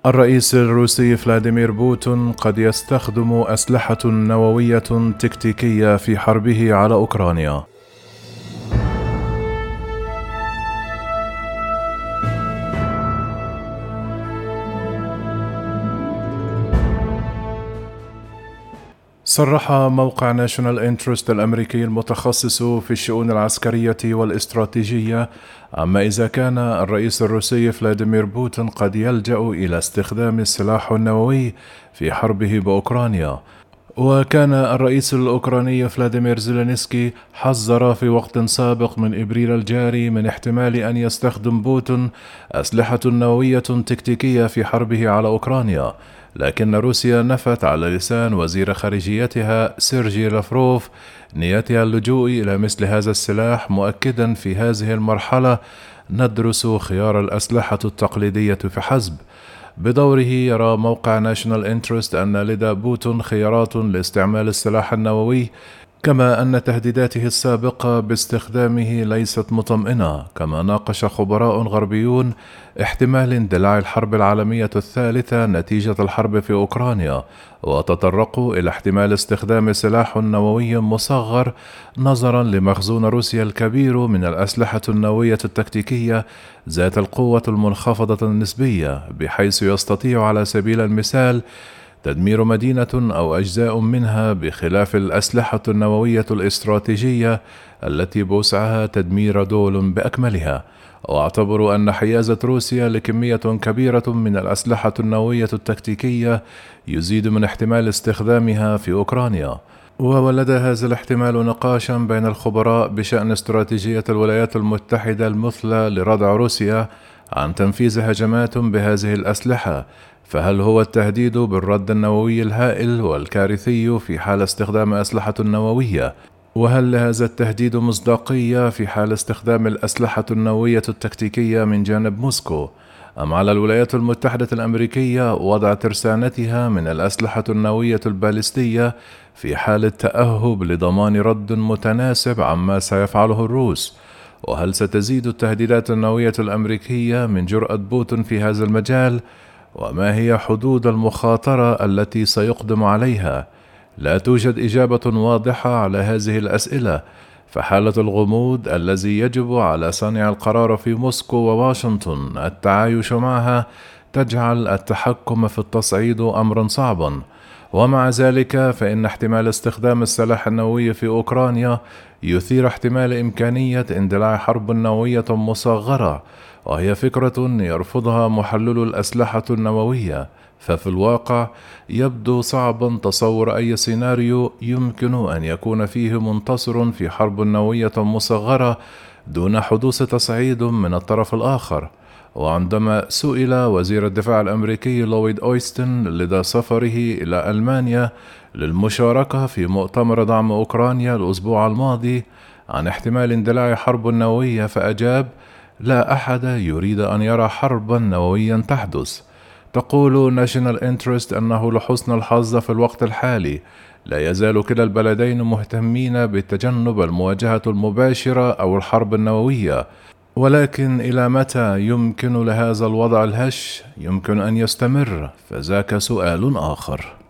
الرئيس الروسي فلاديمير بوتين قد يستخدم أسلحة نووية تكتيكية في حربه على أوكرانيا. صرح موقع ناشونال انترست الأمريكي المتخصص في الشؤون العسكرية والاستراتيجية عما إذا كان الرئيس الروسي فلاديمير بوتين قد يلجأ إلى استخدام السلاح النووي في حربه بأوكرانيا. وكان الرئيس الأوكراني فلاديمير زيلينسكي حذر في وقت سابق من إبريل الجاري من احتمال أن يستخدم بوتين أسلحة نووية تكتيكية في حربه على أوكرانيا، لكن روسيا نفت على لسان وزير خارجيتها سيرجي لافروف نيتها اللجوء إلى مثل هذا السلاح، مؤكدا في هذه المرحلة ندرس خيار الأسلحة التقليدية فحسب. بدوره يرى موقع ناشونال انترست أن لدى بوتين خيارات لاستعمال السلاح النووي، كما أن تهديداته السابقة باستخدامه ليست مطمئنة. كما ناقش خبراء غربيون احتمال اندلاع الحرب العالمية الثالثة نتيجة الحرب في أوكرانيا، وتطرقوا إلى احتمال استخدام سلاح نووي مصغر نظرا لمخزون روسيا الكبير من الأسلحة النووية التكتيكية ذات القوة المنخفضة النسبية، بحيث يستطيع على سبيل المثال تدمير مدينة أو أجزاء منها، بخلاف الأسلحة النووية الاستراتيجية التي بوسعها تدمير دول بأكملها. واعتبروا أن حيازة روسيا لكمية كبيرة من الأسلحة النووية التكتيكية يزيد من احتمال استخدامها في أوكرانيا. وولد هذا الاحتمال نقاشا بين الخبراء بشأن استراتيجية الولايات المتحدة المثلى لردع روسيا عن تنفيذ هجمات بهذه الأسلحة، فهل هو التهديد بالرد النووي الهائل والكارثي في حال استخدام أسلحة نووية؟ وهل لهذا التهديد مصداقية في حال استخدام الأسلحة النووية التكتيكية من جانب موسكو؟ أم على الولايات المتحدة الأمريكية وضع ترسانتها من الأسلحة النووية البالستية في حال التأهب لضمان رد متناسب عما سيفعله الروس؟ وهل ستزيد التهديدات النووية الأمريكية من جرأة بوتين في هذا المجال؟ وما هي حدود المخاطرة التي سيقدم عليها؟ لا توجد إجابة واضحة على هذه الأسئلة، فحالة الغموض الذي يجب على صانع القرار في موسكو وواشنطن التعايش معها تجعل التحكم في التصعيد أمرا صعبا. ومع ذلك فإن احتمال استخدام السلاح النووي في أوكرانيا يثير احتمال إمكانية اندلاع حرب نووية مصغرة، وهي فكرة يرفضها محللو الأسلحة النووية. ففي الواقع يبدو صعبا تصور أي سيناريو يمكن أن يكون فيه منتصر في حرب نووية مصغرة دون حدوث تصعيد من الطرف الآخر. وعندما سئل وزير الدفاع الأمريكي لويد أويستن لدى سفره إلى ألمانيا للمشاركة في مؤتمر دعم أوكرانيا الأسبوع الماضي عن احتمال اندلاع حرب نووية، فأجاب: لا أحد يريد أن يرى حربا نوويا تحدث. تقول ناشونال انترست أنه لحسن الحظ في الوقت الحالي لا يزال كلا البلدين مهتمين بتجنب المواجهة المباشرة أو الحرب النووية، ولكن إلى متى يمكن لهذا الوضع الهش يمكن أن يستمر؟ فذاك سؤال آخر.